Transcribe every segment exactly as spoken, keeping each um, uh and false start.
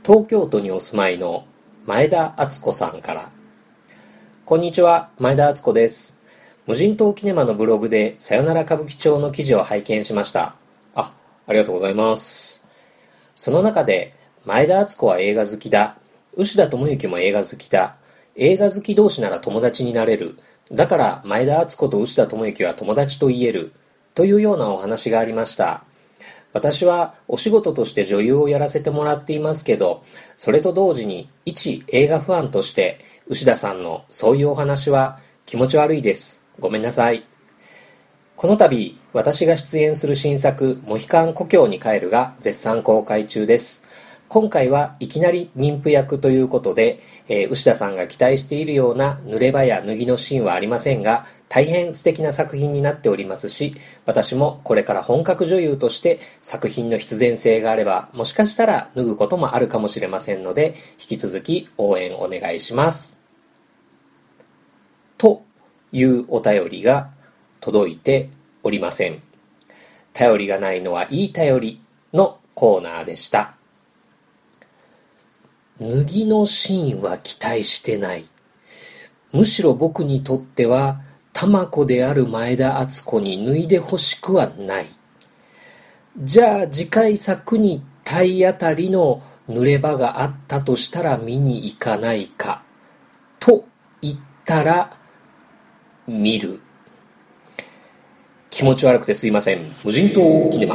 東京都にお住まいの前田敦子さんから。こんにちは、前田敦子です。無人島キネマのブログでさよなら歌舞伎町の記事を拝見しました。あ、ありがとうございます。その中で前田敦子は映画好きだ、牛田智之も映画好きだ、映画好き同士なら友達になれる、だから前田敦子と牛田智之は友達と言えるというようなお話がありました。私はお仕事として女優をやらせてもらっていますけど、それと同時に一映画ファンとして牛田さんのそういうお話は気持ち悪いです。ごめんなさい。この度私が出演する新作モヒカン故郷に帰るが絶賛公開中です。今回はいきなり妊婦役ということで、えー、牛田さんが期待しているような濡れ場や脱ぎのシーンはありませんが、大変素敵な作品になっておりますし、私もこれから本格女優として作品の必然性があれば、もしかしたら脱ぐこともあるかもしれませんので、引き続き応援お願いします。というお便りが届いておりません。頼りがないのはいい頼りのコーナーでした。脱ぎのシーンは期待してない。むしろ僕にとっては玉子である前田敦子に脱いでほしくはない。じゃあ次回作に体当たりの濡れ場があったとしたら見に行かないかと言ったら見る。気持ち悪くてすいません。無人島キネマ。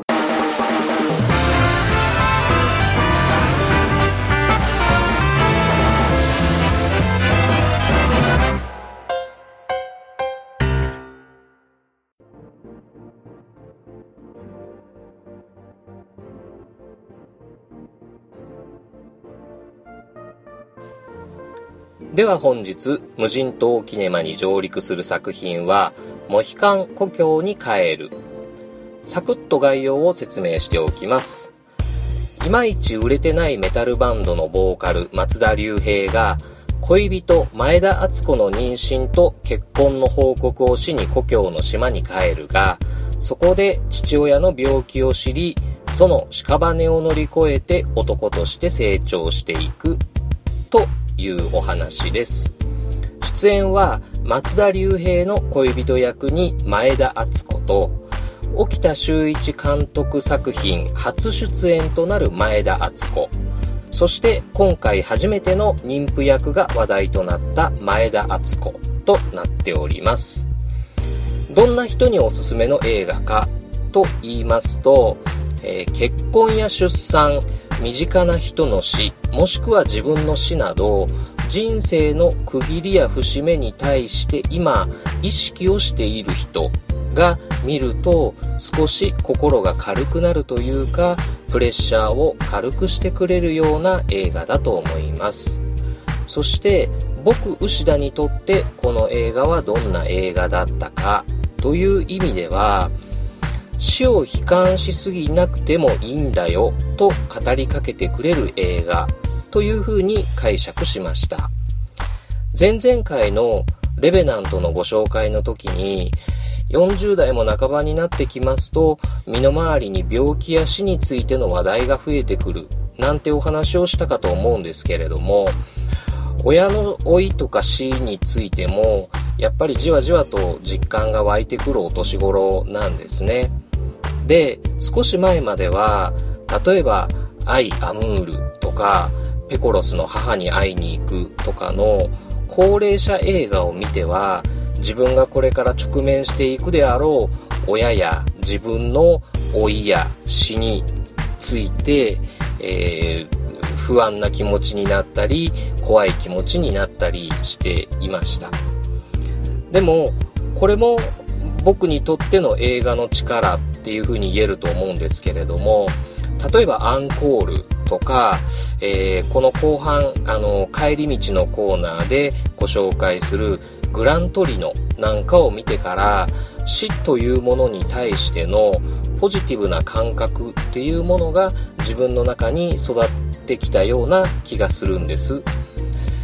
では本日無人島キネマに上陸する作品はモヒカン故郷に帰る。サクッと概要を説明しておきます。いまいち売れてないメタルバンドのボーカル松田龍平が恋人前田敦子の妊娠と結婚の報告をしに故郷の島に帰るが、そこで父親の病気を知り、その屍を乗り越えて男として成長していくというお話です。出演は松田龍平の恋人役に前田敦子と、沖田修一監督作品初出演となる前田敦子、そして今回初めての妊婦役が話題となった前田敦子となっております。どんな人におすすめの映画かと言いますと、えー、結婚や出産、身近な人の死、もしくは自分の死など人生の区切りや節目に対して今意識をしている人が見ると少し心が軽くなるというか、プレッシャーを軽くしてくれるような映画だと思います。そして僕牛田にとってこの映画はどんな映画だったかという意味では、死を悲観しすぎなくてもいいんだよと語りかけてくれる映画というふうに解釈しました。前々回のレベナントのご紹介の時に、よんじゅう代も半ばになってきますと身の回りに病気や死についての話題が増えてくるなんてお話をしたかと思うんですけれども、親の老いとか死についてもやっぱりじわじわと実感が湧いてくるお年頃なんですね。で、少し前までは例えばアイ・アムールとかペコロスの母に会いに行くとかの高齢者映画を見ては、自分がこれから直面していくであろう親や自分の老いや死について、えー、不安な気持ちになったり怖い気持ちになったりしていました。でもこれも僕にとっての映画の力っていう風に言えると思うんですけれども、例えばアンコールとか、えー、この後半あの帰り道のコーナーでご紹介するグラントリノなんかを見てから、死というものに対してのポジティブな感覚っていうものが自分の中に育ってきたような気がするんです。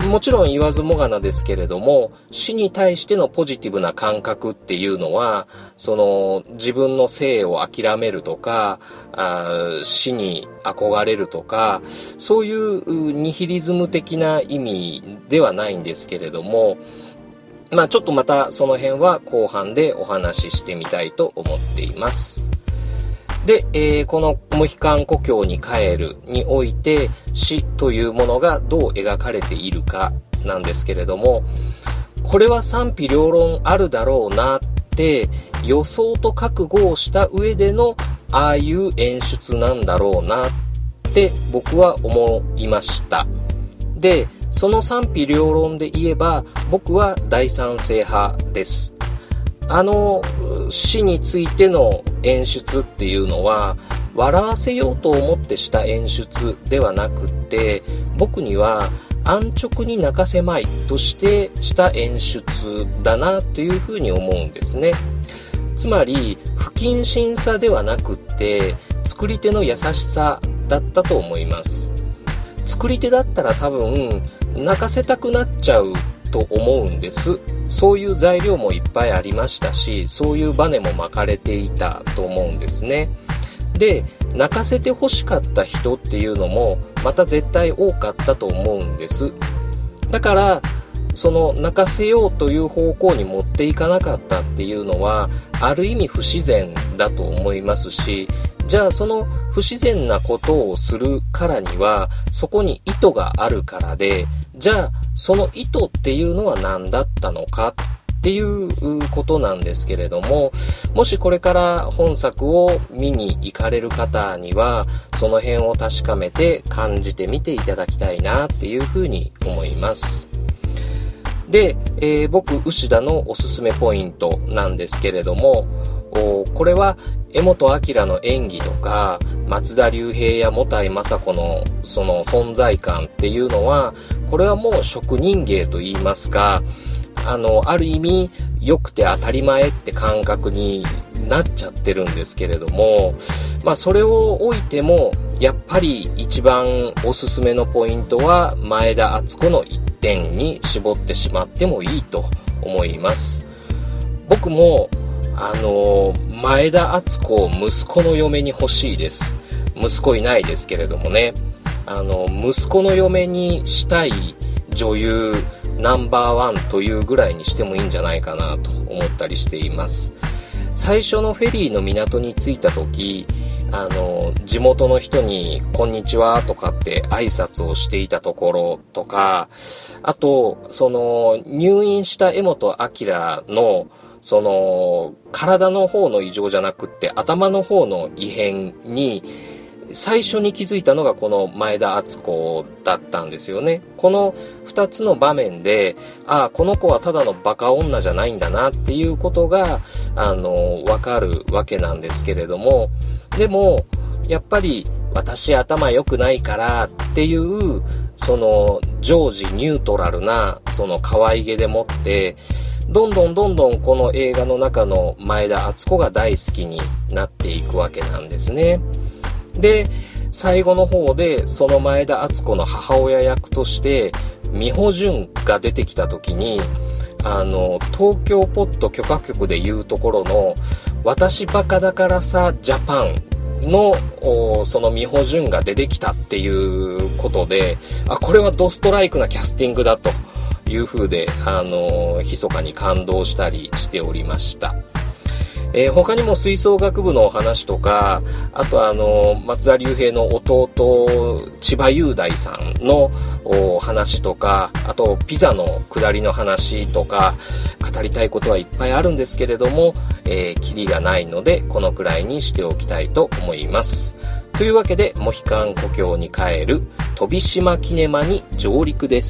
もちろん言わずもがなですけれども、死に対してのポジティブな感覚っていうのは、その自分の生を諦めるとか、あ死に憧れるとか、そういうニヒリズム的な意味ではないんですけれども、まあちょっとまたその辺は後半でお話ししてみたいと思っています。で、えー、このモヒカン故郷に帰るにおいて死というものがどう描かれているかなんですけれども、これは賛否両論あるだろうなって予想と覚悟をした上でのああいう演出なんだろうなって僕は思いました。で、その賛否両論で言えば僕は大賛成派です。あの死についての演出っていうのは笑わせようと思ってした演出ではなくって、僕には安直に泣かせまいとしてした演出だなというふうに思うんですね。つまり不謹慎さではなくって作り手の優しさだったと思います。作り手だったら多分泣かせたくなっちゃうと思うんです。そういう材料もいっぱいありましたし、そういうバネも巻かれていたと思うんですね。で、泣かせて欲しかった人っていうのもまた絶対多かったと思うんです。だからその泣かせようという方向に持っていかなかったっていうのはある意味不自然だと思いますし、じゃあその不自然なことをするからにはそこに意図があるからで、じゃあその意図っていうのは何だったのかっていうことなんですけれども、もしこれから本作を見に行かれる方にはその辺を確かめて感じてみていただきたいなっていうふうに思います。で、えー、僕牛田のおすすめポイントなんですけれども、これは柄本明の演技とか松田龍平や茂田井雅子のその存在感っていうのは、これはもう職人芸と言いますか、あのある意味良くて当たり前って感覚になっちゃってるんですけれども、まあそれを置いてもやっぱり一番おすすめのポイントは前田敦子の一点に絞ってしまってもいいと思います。僕もあの前田敦子を息子の嫁に欲しいです。息子いないですけれどもね、あの息子の嫁にしたい女優ナンバーワンというぐらいにしてもいいんじゃないかなと思ったりしています。最初のフェリーの港に着いた時、あの地元の人にこんにちはとかって挨拶をしていたところとか、あとその入院した柄本明のその体の方の異常じゃなくって頭の方の異変に最初に気づいたのがこの前田敦子だったんですよね。このふたつの場面で、ああこの子はただのバカ女じゃないんだなっていうことがあのわかるわけなんですけれども、でもやっぱり私頭良くないからっていうその常時ニュートラルなその可愛げでもってどんどんどんどんこの映画の中の前田敦子が大好きになっていくわけなんですね。で、最後の方でその前田敦子の母親役として美穂純が出てきた時に、あの東京ポッド許可局でいうところの私バカだからさジャパンのその美穂純が出てきたっていうことで、あ、これはドストライクなキャスティングだという風で、あの密かに感動したりしておりました。えー、他にも吹奏楽部のお話とか、あとあの松田龍平の弟千葉雄大さんのお話とか、あとピザの下りの話とか語りたいことはいっぱいあるんですけれども、えー、キリがないのでこのくらいにしておきたいと思います。というわけでモヒカン故郷に帰る飛島キネマに上陸です。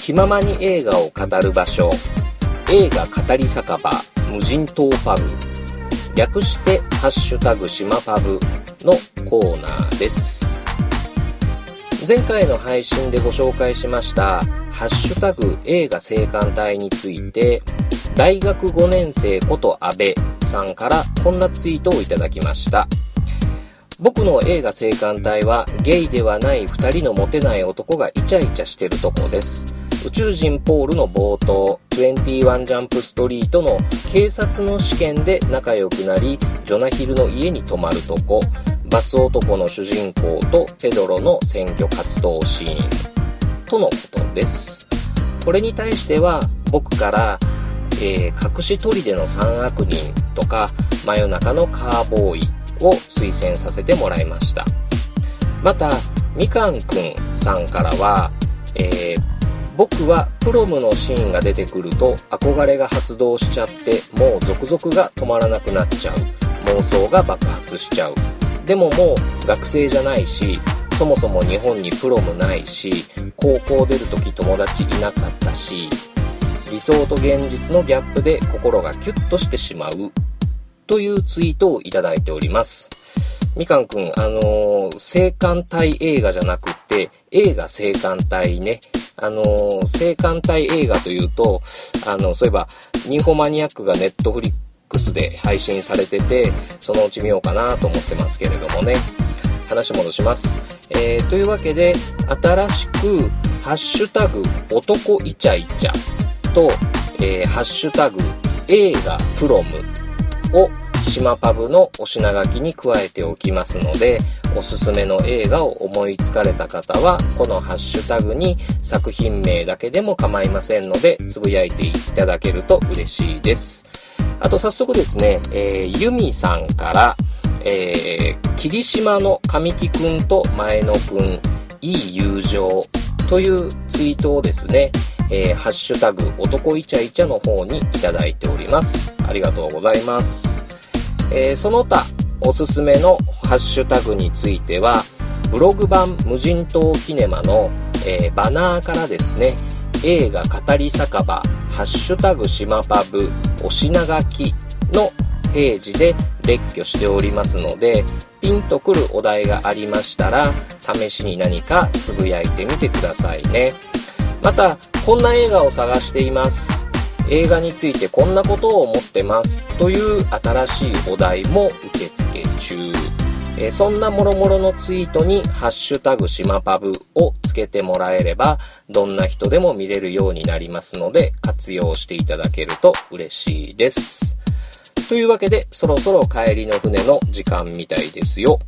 気ままに映画を語る場所、映画語り酒場無人島パブ、略してハッシュタグ島パブのコーナーです。前回の配信でご紹介しましたハッシュタグ映画青函隊について、大学ごねん生こと阿部さんからこんなツイートをいただきました。僕の映画青函隊はゲイではないふたりのモテない男がイチャイチャしてるとこです。宇宙人ポールの冒頭、にじゅういちジャンプストリートの警察の試験で仲良くなり、ジョナヒルの家に泊まるとこ、バス男の主人公とペドロの選挙活動シーンとのことです。これに対しては僕から、えー、隠し砦の三悪人とか真夜中のカーボーイを推薦させてもらいました。またみかんくんさんからは、えー、僕はプロムのシーンが出てくると憧れが発動しちゃって、もう続々が止まらなくなっちゃう、妄想が爆発しちゃう、でももう学生じゃないし、そもそも日本にプロムないし、高校出るとき友達いなかったし、理想と現実のギャップで心がキュッとしてしまうというツイートをいただいております。みかんくん、あのー、青函隊映画じゃなくって映画青函隊ね。あのー、青函隊映画というと、あのそういえばニンフォマニアックがネットフリックスで配信されてて、そのうち見ようかなと思ってますけれどもね。話戻します。えー、というわけで新しくハッシュタグ男イチャイチャと、えー、ハッシュタグ映画プロムを島パブのお品書きに加えておきますので、おすすめの映画を思いつかれた方はこのハッシュタグに作品名だけでも構いませんのでつぶやいていただけると嬉しいです。あと早速ですね、えー、ユミさんから、えー、霧島の神木くんと前野くんいい友情というツイートをですね、えー、ハッシュタグ男イチャイチャの方にいただいております。ありがとうございます。えー、その他おすすめのハッシュタグについてはブログ版無人島キネマの、えー、バナーからですね、映画語り酒場ハッシュタグ島パブお品書きのページで列挙しておりますので、ピンとくるお題がありましたら試しに何かつぶやいてみてくださいね。またこんな映画を探しています、映画についてこんなことを思ってますという新しいお題も受付中。えー、そんなもろもろのツイートにハッシュタグ島パブをつけてもらえればどんな人でも見れるようになりますので活用していただけると嬉しいです。というわけでそろそろ帰りの船の時間みたいですよ。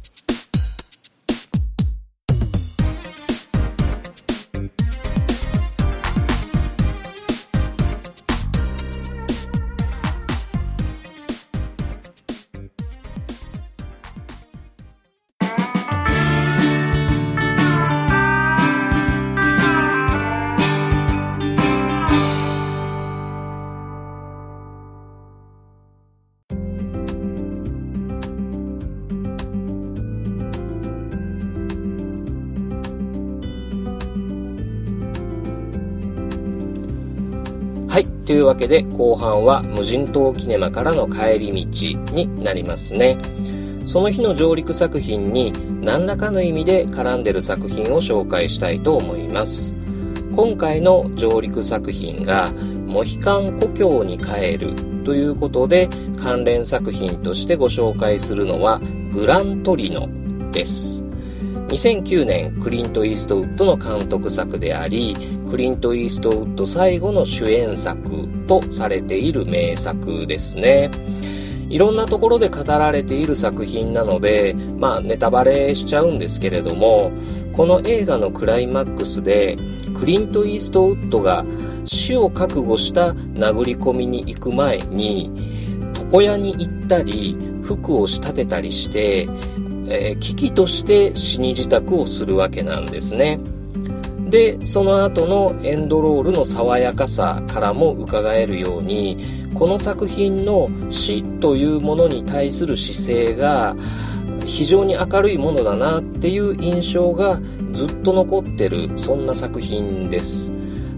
はい。というわけで後半は無人島キネマからの帰り道になりますね。その日の上陸作品に何らかの意味で絡んでる作品を紹介したいと思います。今回の上陸作品がモヒカン故郷に帰るということで関連作品としてご紹介するのはグラントリノです。にせんきゅうねんクリント・イーストウッドの監督作であり、クリント・イーストウッド最後の主演作とされている名作ですね。いろんなところで語られている作品なので、まあネタバレしちゃうんですけれども、この映画のクライマックスでクリント・イーストウッドが死を覚悟した殴り込みに行く前に床屋に行ったり服を仕立てたりしてえー、危機として死に支度をするわけなんですね。で、その後のエンドロールの爽やかさからも伺えるように、この作品の死というものに対する姿勢が非常に明るいものだなっていう印象がずっと残ってる、そんな作品です。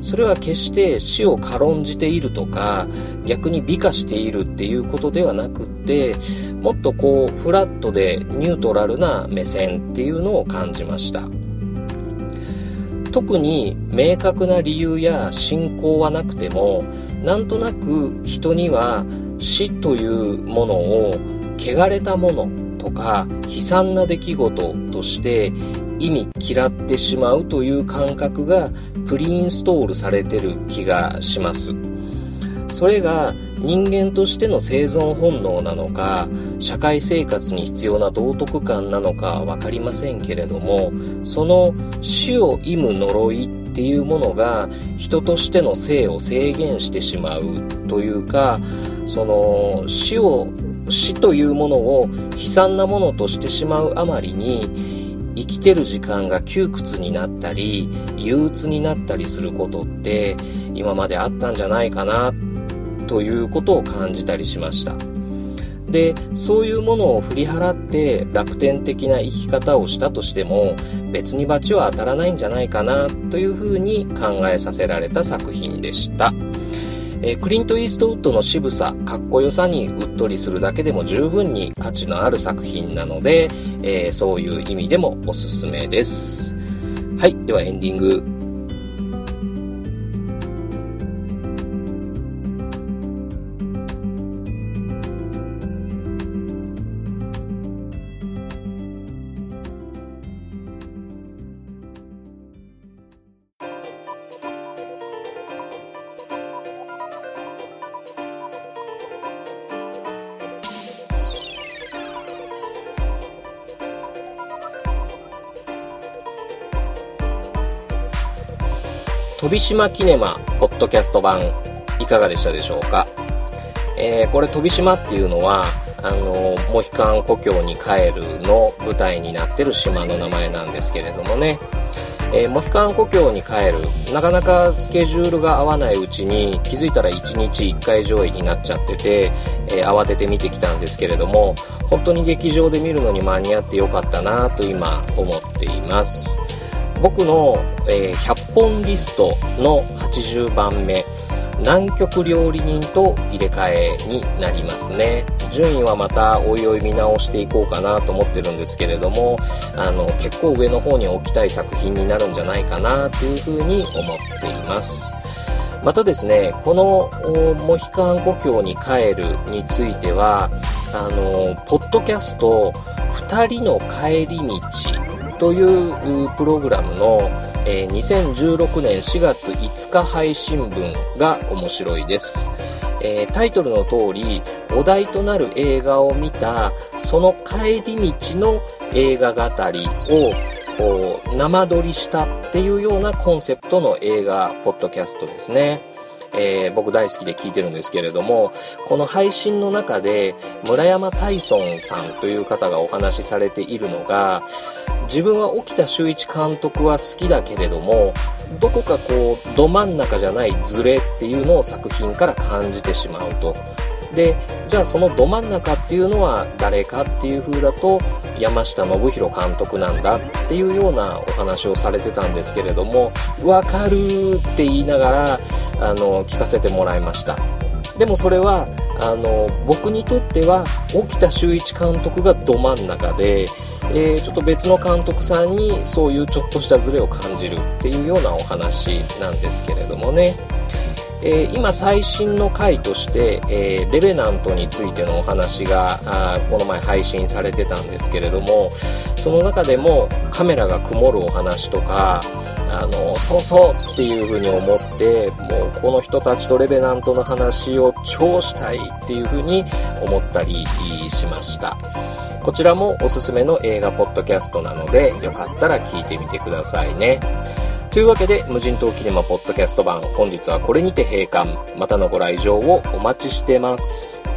それは決して死を軽んじているとか逆に美化しているっていうことではなくって、もっとこうフラットでニュートラルな目線っていうのを感じました。特に明確な理由や信仰はなくても、なんとなく人には死というものを汚れたものとか悲惨な出来事として意味嫌ってしまうという感覚がプリインストールされてる気がします。それが人間としての生存本能なのか、社会生活に必要な道徳感なのかは分かりませんけれども、その死を忌む呪いっていうものが人としての生を制限してしまうというか、その死を死というものを悲惨なものとしてしまうあまりに、生きてる時間が窮屈になったり憂鬱になったりすることって今まであったんじゃないかなということを感じたりしました。で、そういうものを振り払って楽天的な生き方をしたとしても別に罰は当たらないんじゃないかなというふうに考えさせられた作品でした。えー、クリント・イーストウッドの渋さ、かっこよさにうっとりするだけでも十分に価値のある作品なので、えー、そういう意味でもおすすめです。はい、ではエンディング。飛島キネマポッドキャスト版いかがでしたでしょうか。えー、これ飛島っていうのはあのモヒカン故郷に帰るの舞台になってる島の名前なんですけれどもね、えー、モヒカン故郷に帰るなかなかスケジュールが合わないうちに気づいたらいちにちいっかい上映になっちゃってて、えー、慌てて見てきたんですけれども、本当に劇場で見るのに間に合ってよかったなと今思っています。僕の、えー、ひゃっぽんリストのはちじゅうばんめ、南極料理人と入れ替えになりますね。順位はまたおいおい見直していこうかなと思ってるんですけれども、あの結構上の方に置きたい作品になるんじゃないかなというふうに思っています。またですね、このモヒカン故郷に帰るについてはあのポッドキャストふたりの帰り道というプログラムの、えー、にせんじゅうろくねんしがついつか配信分が面白いです。えー、タイトルの通りお題となる映画を見たその帰り道の映画語りをこう生撮りしたっていうようなコンセプトの映画ポッドキャストですね。えー、僕大好きで聞いてるんですけれども、この配信の中で村山大尊さんという方がお話しされているのが、自分は沖田修一監督は好きだけれどもどこかこうど真ん中じゃないズレっていうのを作品から感じてしまうと。で、じゃあそのど真ん中っていうのは誰かっていう風だと山下信弘監督なんだっていうようなお話をされてたんですけれども、わかるって言いながらあの聞かせてもらいました。でもそれはあの僕にとっては沖田修一監督がど真ん中で、えー、ちょっと別の監督さんにそういうちょっとしたズレを感じるっていうようなお話なんですけれどもね、えー、今最新の回として、えー、レベナントについてのお話があこの前配信されてたんですけれども、その中でもカメラが曇るお話とかあのそうそうっていう風に思って、もうこの人たちとレベナントの話を超したいっていう風に思ったりしました。こちらもおすすめの映画ポッドキャストなのでよかったら聞いてみてくださいね。というわけで無人島キネマポッドキャスト版、本日はこれにて閉館。またのご来場をお待ちしてます。